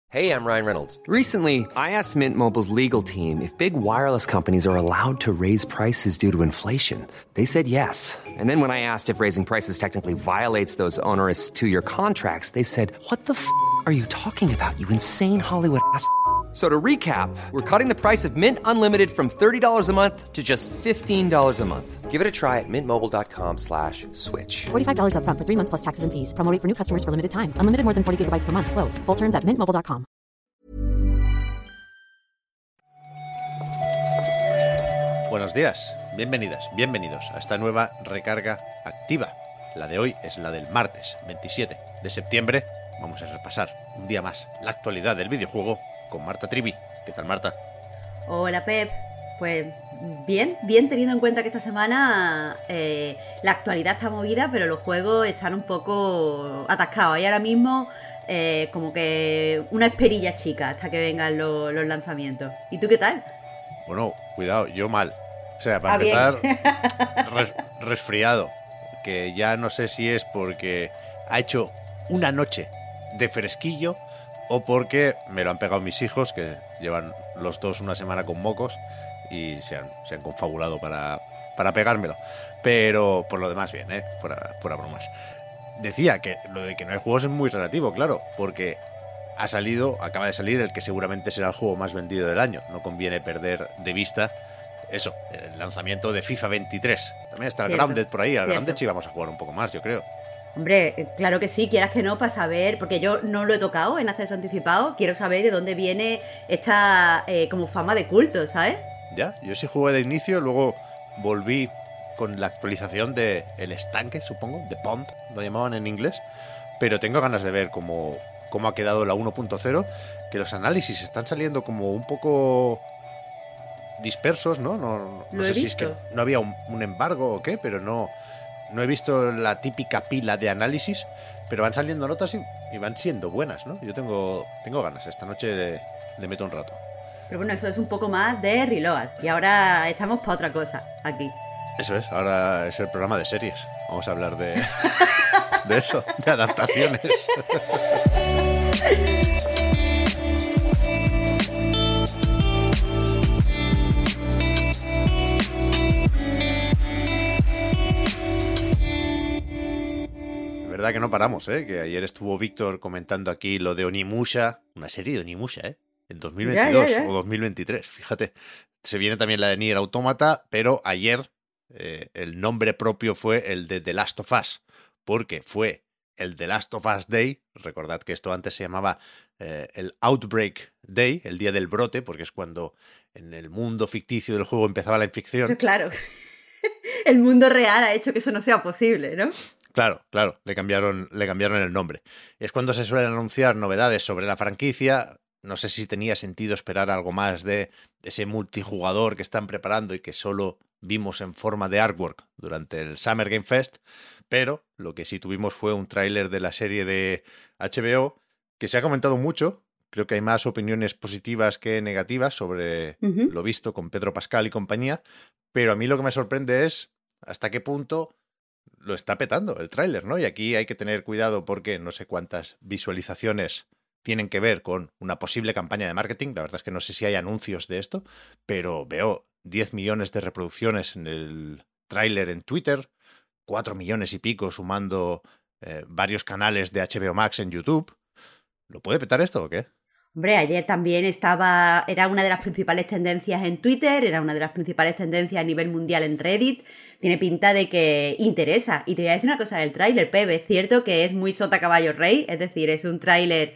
Hey, I'm Ryan Reynolds. Recently, I asked Mint Mobile's legal team if big wireless companies are allowed to raise prices due to inflation. They said yes. And then when I asked if raising prices technically violates those onerous two-year contracts, they said, "What the f*** are you talking about, you insane Hollywood ass?" So to recap, we're cutting the price of Mint Unlimited from $30 a month to just $15 a month. Give it a try at mintmobile.com/switch. $45 up front for 3 months plus taxes and fees. Promo rate for new customers for limited time. Unlimited more than 40 gigabytes per month. Slows full terms at mintmobile.com. Buenos días, bienvenidas, bienvenidos a esta nueva recarga activa. La de hoy es la del martes 27 de septiembre. Vamos a repasar un día más la actualidad del videojuego con Marta Trivi. ¿Qué tal, Marta? Hola, Pep. Pues bien teniendo en cuenta que esta semana la actualidad está movida, pero los juegos están un poco atascados. Y ahora mismo como que una esperilla chica hasta que vengan los lanzamientos. ¿Y tú qué tal? Bueno, cuidado, yo mal. O sea, para empezar, resfriado. Que ya no sé si es porque ha hecho una noche de fresquillo o porque me lo han pegado mis hijos, que llevan los dos una semana con mocos y se han confabulado para pegármelo. Pero por lo demás bien, fuera bromas. Decía que lo de que no hay juegos es muy relativo, claro, porque acaba de salir el que seguramente será el juego más vendido del año. No conviene perder de vista eso, el lanzamiento de FIFA 23. También está el Grounded por ahí. Al Grounded sí vamos a jugar un poco más, yo creo. Hombre, claro que sí, quieras que no, para saber, porque yo no lo he tocado en acceso anticipado, quiero saber de dónde viene esta como fama de culto, ¿sabes? Ya, yo sí jugué de inicio, luego volví con la actualización de El Estanque, supongo, de Pond, lo llamaban en inglés, pero tengo ganas de ver cómo ha quedado la 1.0, que los análisis están saliendo como un poco dispersos, ¿no? No sé si es que no había un embargo o qué, pero no he visto la típica pila de análisis, pero van saliendo notas y van siendo buenas, ¿no? Yo tengo ganas, esta noche le meto un rato. Pero bueno, eso es un poco más de Reload, y ahora estamos para otra cosa aquí. Eso es, ahora es el programa de series. Vamos a hablar de eso, de adaptaciones. Verdad que no paramos, que ayer estuvo Víctor comentando aquí lo de Onimusha, una serie de Onimusha, en 2022 ya. o 2023, fíjate. Se viene también la de Nier Automata, pero ayer el nombre propio fue el de The Last of Us, porque fue el The Last of Us Day. Recordad que esto antes se llamaba el Outbreak Day, el día del brote, porque es cuando en el mundo ficticio del juego empezaba la infección. Pero claro, el mundo real ha hecho que eso no sea posible, ¿no? Claro, le cambiaron el nombre. Es cuando se suelen anunciar novedades sobre la franquicia. No sé si tenía sentido esperar algo más de ese multijugador que están preparando y que solo vimos en forma de artwork durante el Summer Game Fest, pero lo que sí tuvimos fue un tráiler de la serie de HBO que se ha comentado mucho. Creo que hay más opiniones positivas que negativas sobre lo visto con Pedro Pascal y compañía, pero a mí lo que me sorprende es hasta qué punto lo está petando el tráiler, ¿no? Y aquí hay que tener cuidado porque no sé cuántas visualizaciones tienen que ver con una posible campaña de marketing. La verdad es que no sé si hay anuncios de esto, pero veo 10 millones de reproducciones en el tráiler en Twitter, 4 millones y pico sumando varios canales de HBO Max en YouTube. ¿Lo puede petar esto o qué? Hombre, ayer también era una de las principales tendencias en Twitter, era una de las principales tendencias a nivel mundial en Reddit. Tiene pinta de que interesa. Y te voy a decir una cosa del tráiler, Pepe. Es cierto que es muy sota caballo rey, es decir, es un tráiler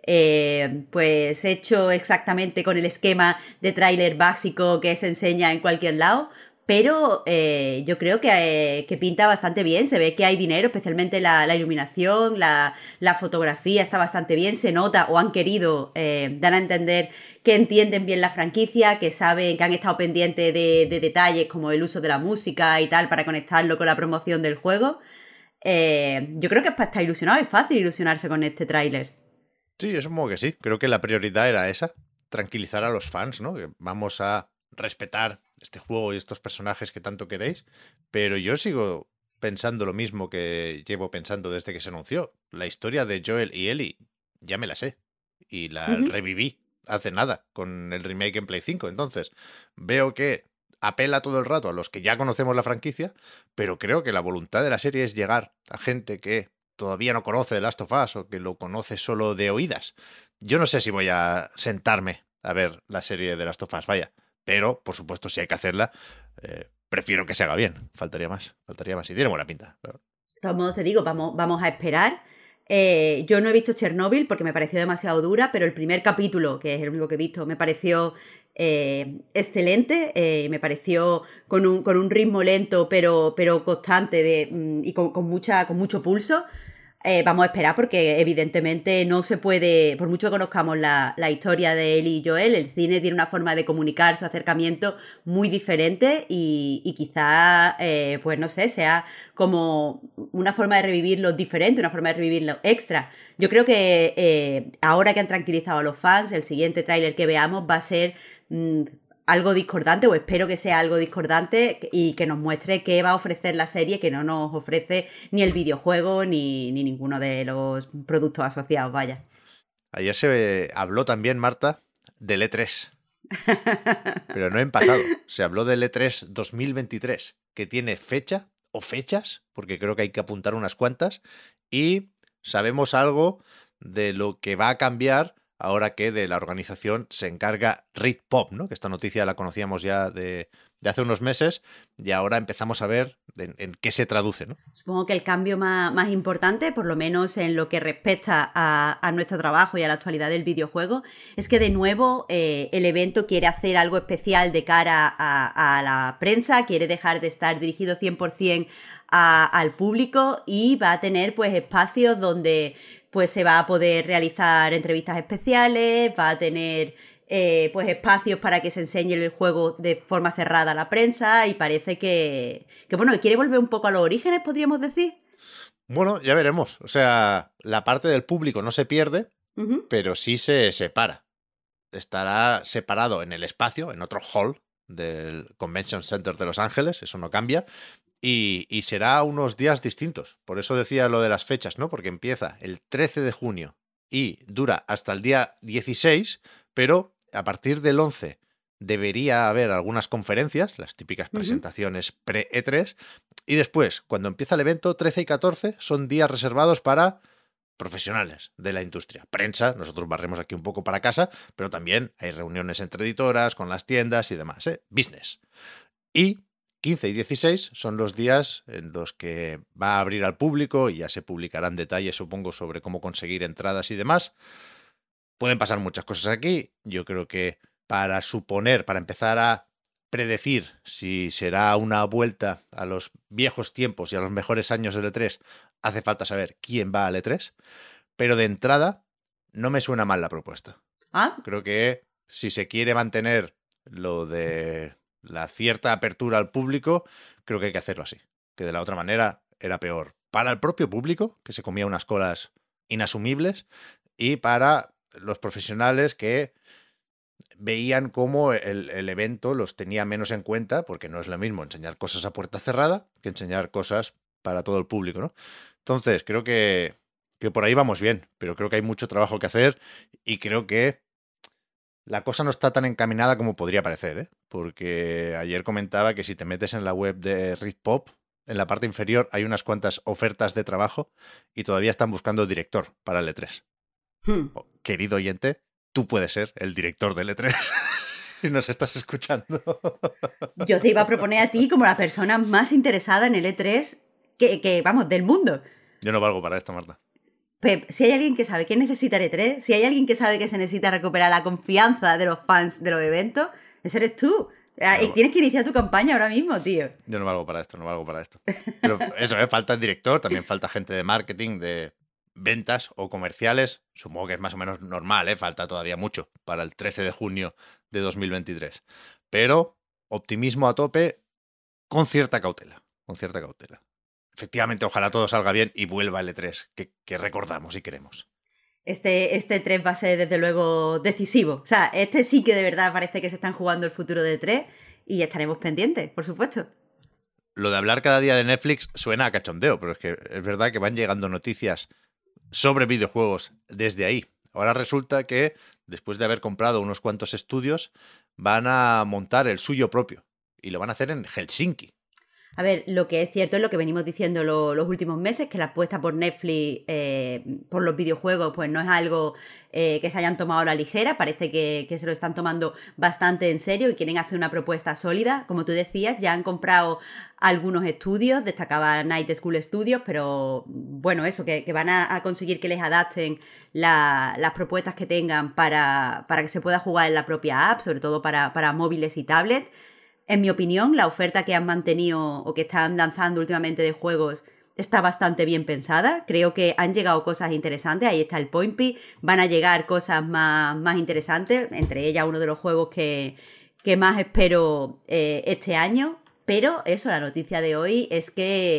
pues hecho exactamente con el esquema de tráiler básico que se enseña en cualquier lado. Pero yo creo que pinta bastante bien, se ve que hay dinero, especialmente la iluminación, la fotografía está bastante bien, se nota o han querido dar a entender que entienden bien la franquicia, que saben, que han estado pendientes de detalles como el uso de la música y tal para conectarlo con la promoción del juego. Yo creo que es para estar ilusionado, es fácil ilusionarse con este tráiler. Sí, yo supongo que sí, creo que la prioridad era esa, tranquilizar a los fans, ¿no? Que vamos a respetar este juego y estos personajes que tanto queréis, pero yo sigo pensando lo mismo que llevo pensando desde que se anunció. La historia de Joel y Ellie ya me la sé. y la reviví hace nada con el remake en Play 5. Entonces, veo que apela todo el rato a los que ya conocemos la franquicia, pero creo que la voluntad de la serie es llegar a gente que todavía no conoce The Last of Us o que lo conoce solo de oídas. Yo no sé si voy a sentarme a ver la serie de The Last of Us, vaya, pero por supuesto si hay que hacerla, prefiero que se haga bien. Faltaría más, y tiene buena pinta. Pero... De todos modos te digo, vamos a esperar. Yo no he visto Chernobyl porque me pareció demasiado dura, pero el primer capítulo, que es el único que he visto, me pareció excelente, me pareció con un ritmo lento pero constante y con mucho pulso. Vamos a esperar porque evidentemente no se puede, por mucho que conozcamos la historia de Ellie y Joel, el cine tiene una forma de comunicar su acercamiento muy diferente y quizá, pues no sé, sea como una forma de revivirlo diferente, una forma de revivirlo extra. Yo creo que ahora que han tranquilizado a los fans, el siguiente tráiler que veamos va a ser algo discordante, o espero que sea algo discordante y que nos muestre qué va a ofrecer la serie que no nos ofrece ni el videojuego ni ninguno de los productos asociados, vaya. Ayer se habló también, Marta, del E3. Pero no en pasado. Se habló del E3 2023, que tiene fecha o fechas, porque creo que hay que apuntar unas cuantas, y sabemos algo de lo que va a cambiar ahora que de la organización se encarga RigPop, ¿no? Que esta noticia la conocíamos ya de hace unos meses y ahora empezamos a ver en qué se traduce, ¿no? Supongo que el cambio más importante, por lo menos en lo que respecta a nuestro trabajo y a la actualidad del videojuego, es que de nuevo el evento quiere hacer algo especial de cara a la prensa, quiere dejar de estar dirigido 100% al público y va a tener pues espacios donde pues se va a poder realizar entrevistas especiales, va a tener pues espacios para que se enseñe el juego de forma cerrada a la prensa y parece que bueno, quiere volver un poco a los orígenes, podríamos decir. Bueno, ya veremos. O sea, la parte del público no se pierde, pero sí se separa. Estará separado en el espacio, en otro hall del Convention Center de Los Ángeles, eso no cambia. Y será unos días distintos. Por eso decía lo de las fechas, ¿no? Porque empieza el 13 de junio y dura hasta el día 16, pero a partir del 11 debería haber algunas conferencias, las típicas presentaciones pre-E3, y después, cuando empieza el evento, 13 y 14 son días reservados para profesionales de la industria. Prensa, nosotros barremos aquí un poco para casa, pero también hay reuniones entre editoras, con las tiendas y demás, ¿eh? Business. Y 15 y 16 son los días en los que va a abrir al público y ya se publicarán detalles, supongo, sobre cómo conseguir entradas y demás. Pueden pasar muchas cosas aquí. Yo creo que para empezar a predecir si será una vuelta a los viejos tiempos y a los mejores años del E3, hace falta saber quién va al E3. Pero de entrada, no me suena mal la propuesta. ¿Ah? Creo que si se quiere mantener lo de la cierta apertura al público, creo que hay que hacerlo así. Que de la otra manera era peor para el propio público, que se comía unas colas inasumibles, y para los profesionales que veían cómo el evento los tenía menos en cuenta, porque no es lo mismo enseñar cosas a puerta cerrada que enseñar cosas para todo el público, ¿no? Entonces, creo que por ahí vamos bien, pero creo que hay mucho trabajo que hacer y creo que la cosa no está tan encaminada como podría parecer, ¿eh? Porque ayer comentaba que si te metes en la web de RigPop, en la parte inferior hay unas cuantas ofertas de trabajo y todavía están buscando director para el E3. Oh, querido oyente, tú puedes ser el director del E3 si nos estás escuchando. Yo te iba a proponer a ti como la persona más interesada en el E3 que vamos, del mundo. Yo no valgo para esto, Marta. Pep, si hay alguien que sabe que necesita el E3, si hay alguien que sabe que se necesita recuperar la confianza de los fans de los eventos, ese eres tú. Y tienes que iniciar tu campaña ahora mismo, tío. Yo no valgo para esto, no valgo para esto. Pero eso, falta el director, también falta gente de marketing, de ventas o comerciales. Supongo que es más o menos normal, falta todavía mucho para el 13 de junio de 2023. Pero optimismo a tope, con cierta cautela, con cierta cautela. Efectivamente, ojalá todo salga bien y vuelva el E3, que recordamos y queremos. Este E3 va a ser desde luego decisivo. O sea, este sí que de verdad parece que se están jugando el futuro de E3 y estaremos pendientes, por supuesto. Lo de hablar cada día de Netflix suena a cachondeo, pero es que es verdad que van llegando noticias sobre videojuegos desde ahí. Ahora resulta que, después de haber comprado unos cuantos estudios, van a montar el suyo propio. Y lo van a hacer en Helsinki. A ver, lo que es cierto es lo que venimos diciendo los últimos meses, que la apuesta por Netflix por los videojuegos pues no es algo que se hayan tomado a la ligera, parece que se lo están tomando bastante en serio y quieren hacer una propuesta sólida. Como tú decías, ya han comprado algunos estudios, destacaba Night School Studios, pero bueno, eso, que van a conseguir que les adapten las propuestas que tengan para que se pueda jugar en la propia app, sobre todo para móviles y tablets. En mi opinión, la oferta que han mantenido o que están lanzando últimamente de juegos está bastante bien pensada. Creo que han llegado cosas interesantes. Ahí está el Point P. Van a llegar cosas más interesantes. Entre ellas uno de los juegos que más espero este año. Pero eso, la noticia de hoy es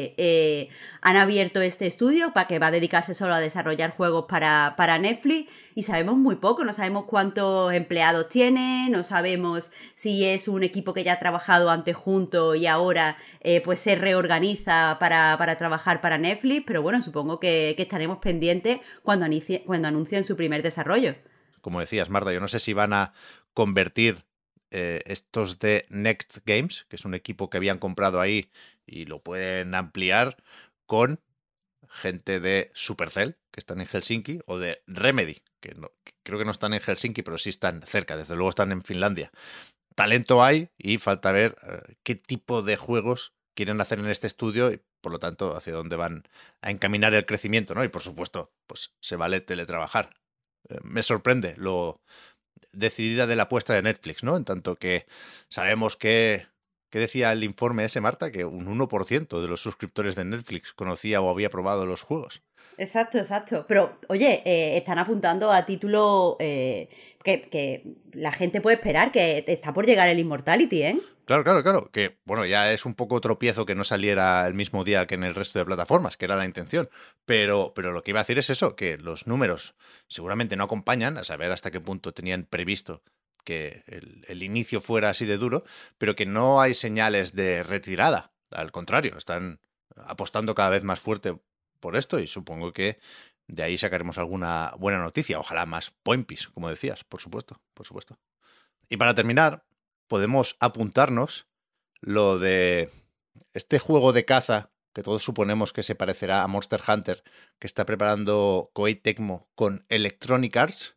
que han abierto este estudio para que va a dedicarse solo a desarrollar juegos para Netflix y sabemos muy poco, no sabemos cuántos empleados tiene, no sabemos si es un equipo que ya ha trabajado antes juntos y ahora pues se reorganiza para trabajar para Netflix, pero bueno, supongo que estaremos pendientes cuando anuncien su primer desarrollo. Como decías, Marta, yo no sé si van a convertir estos de Next Games, que es un equipo que habían comprado ahí y lo pueden ampliar con gente de Supercell, que están en Helsinki, o de Remedy, que creo que no están en Helsinki, pero sí están cerca, desde luego están en Finlandia. Talento hay y falta ver qué tipo de juegos quieren hacer en este estudio y, por lo tanto, hacia dónde van a encaminar el crecimiento, ¿no? Y, por supuesto, pues se vale teletrabajar. Me sorprende lo decidida de la apuesta de Netflix, ¿no? En tanto que sabemos que decía el informe ese, Marta, que un 1% de los suscriptores de Netflix conocía o había probado los juegos. Exacto. Pero, oye, están apuntando a título que la gente puede esperar, que está por llegar el Immortality, ¿eh? Claro. Que, bueno, ya es un poco tropiezo que no saliera el mismo día que en el resto de plataformas, que era la intención. Pero lo que iba a decir es eso, que los números seguramente no acompañan, a saber hasta qué punto tenían previsto que el inicio fuera así de duro, pero que no hay señales de retirada. Al contrario, están apostando cada vez más fuerte por esto y supongo que de ahí sacaremos alguna buena noticia. Ojalá más poinpis, como decías, por supuesto. Y para terminar, podemos apuntarnos lo de este juego de caza que todos suponemos que se parecerá a Monster Hunter que está preparando Koei Tecmo con Electronic Arts.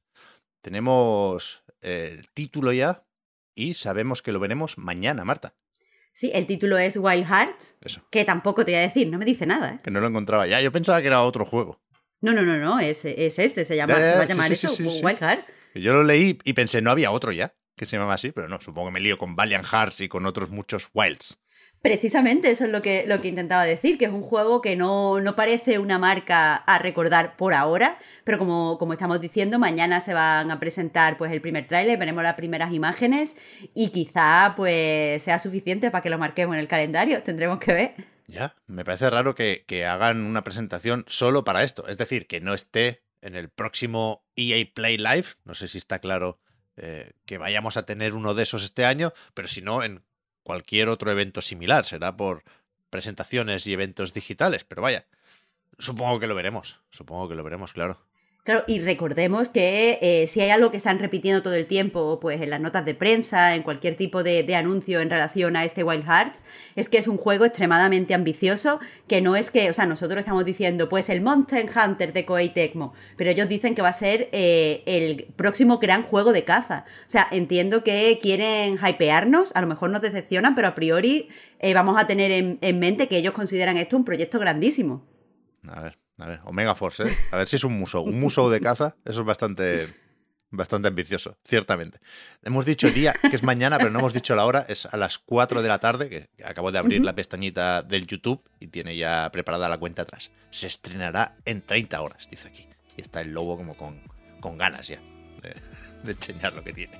Tenemos el título ya y sabemos que lo veremos mañana, Marta. Sí, el título es Wild Hearts, Eso. que tampoco te voy a decir, no me dice nada, ¿eh? Que no lo encontraba ya. Yo pensaba que era otro juego. No, es este, se va a llamar eso, Wild Hearts. Yo lo leí y pensé, no había otro ya que se llama así, pero no, supongo que me lío con Valiant Hearts y con otros muchos Wilds. Precisamente eso es lo que intentaba decir, que es un juego que no parece una marca a recordar por ahora, pero como estamos diciendo, mañana se van a presentar pues el primer tráiler, veremos las primeras imágenes y quizá pues sea suficiente para que lo marquemos en el calendario, tendremos que ver. Ya, me parece raro que hagan una presentación solo para esto, es decir, que no esté en el próximo EA Play Live, no sé si está claro que vayamos a tener uno de esos este año, pero si no, en cualquier otro evento similar, será por presentaciones y eventos digitales, pero vaya, supongo que lo veremos, claro. Claro, y recordemos que si hay algo que están repitiendo todo el tiempo, pues en las notas de prensa, en cualquier tipo de anuncio en relación a este Wild Hearts, es que es un juego extremadamente ambicioso, que no es que, o sea, nosotros estamos diciendo, pues el Monster Hunter de Koei Tecmo, pero ellos dicen que va a ser el próximo gran juego de caza. O sea, entiendo que quieren hypearnos, a lo mejor nos decepcionan, pero a priori vamos a tener en mente que ellos consideran esto un proyecto grandísimo. A ver, Omega Force, ¿eh? A ver si es un musou. Un musou de caza, eso es bastante ambicioso, ciertamente. Hemos dicho el día, que es mañana, pero no hemos dicho la hora, es a las 4 de la tarde, que acabo de abrir la pestañita del YouTube y tiene ya preparada la cuenta atrás. Se estrenará en 30 horas, dice aquí. Y está el lobo como con ganas ya de enseñar lo que tiene.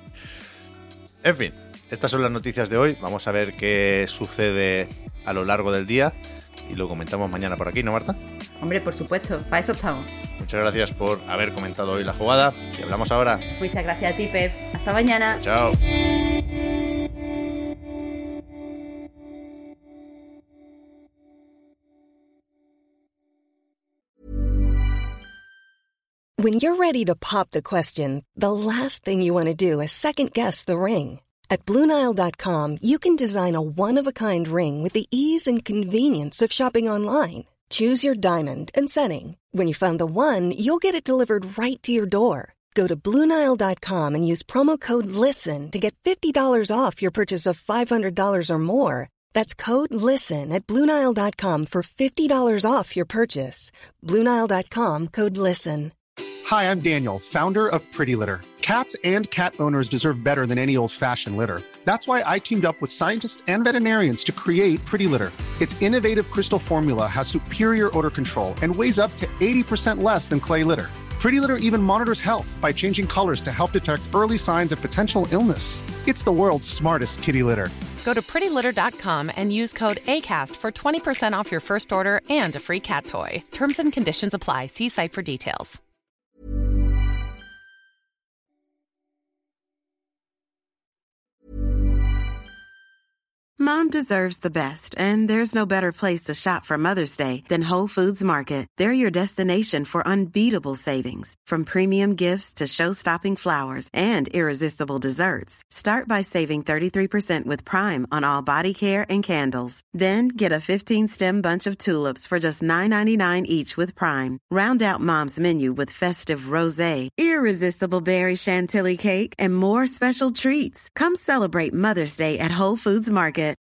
En fin, estas son las noticias de hoy. Vamos a ver qué sucede a lo largo del día y lo comentamos mañana por aquí, ¿no, Marta? Hombre, por supuesto, para eso estamos. Muchas gracias por haber comentado hoy la jugada y hablamos ahora. Muchas gracias a ti, Pep. Hasta mañana. Chao. When you're ready to pop the question, the last thing you want to do is second-guess the ring. At BlueNile.com, you can design a one-of-a-kind ring with the ease and convenience of shopping online. Choose your diamond and setting. When you find the one, you'll get it delivered right to your door. Go to BlueNile.com and use promo code LISTEN to get $50 off your purchase of $500 or more. That's code LISTEN at BlueNile.com for $50 off your purchase. BlueNile.com, code LISTEN. Hi, I'm Daniel, founder of Pretty Litter. Cats and cat owners deserve better than any old-fashioned litter. That's why I teamed up with scientists and veterinarians to create Pretty Litter. Its innovative crystal formula has superior odor control and weighs up to 80% less than clay litter. Pretty Litter even monitors health by changing colors to help detect early signs of potential illness. It's the world's smartest kitty litter. Go to prettylitter.com and use code ACAST for 20% off your first order and a free cat toy. Terms and conditions apply. See site for details. Mom deserves the best, and there's no better place to shop for Mother's Day than Whole Foods Market. They're your destination for unbeatable savings, from premium gifts to show-stopping flowers and irresistible desserts. Start by saving 33% with Prime on all body care and candles. Then get a 15-stem bunch of tulips for just $9.99 each with Prime. Round out Mom's menu with festive rosé, irresistible berry chantilly cake, and more special treats. Come celebrate Mother's Day at Whole Foods Market.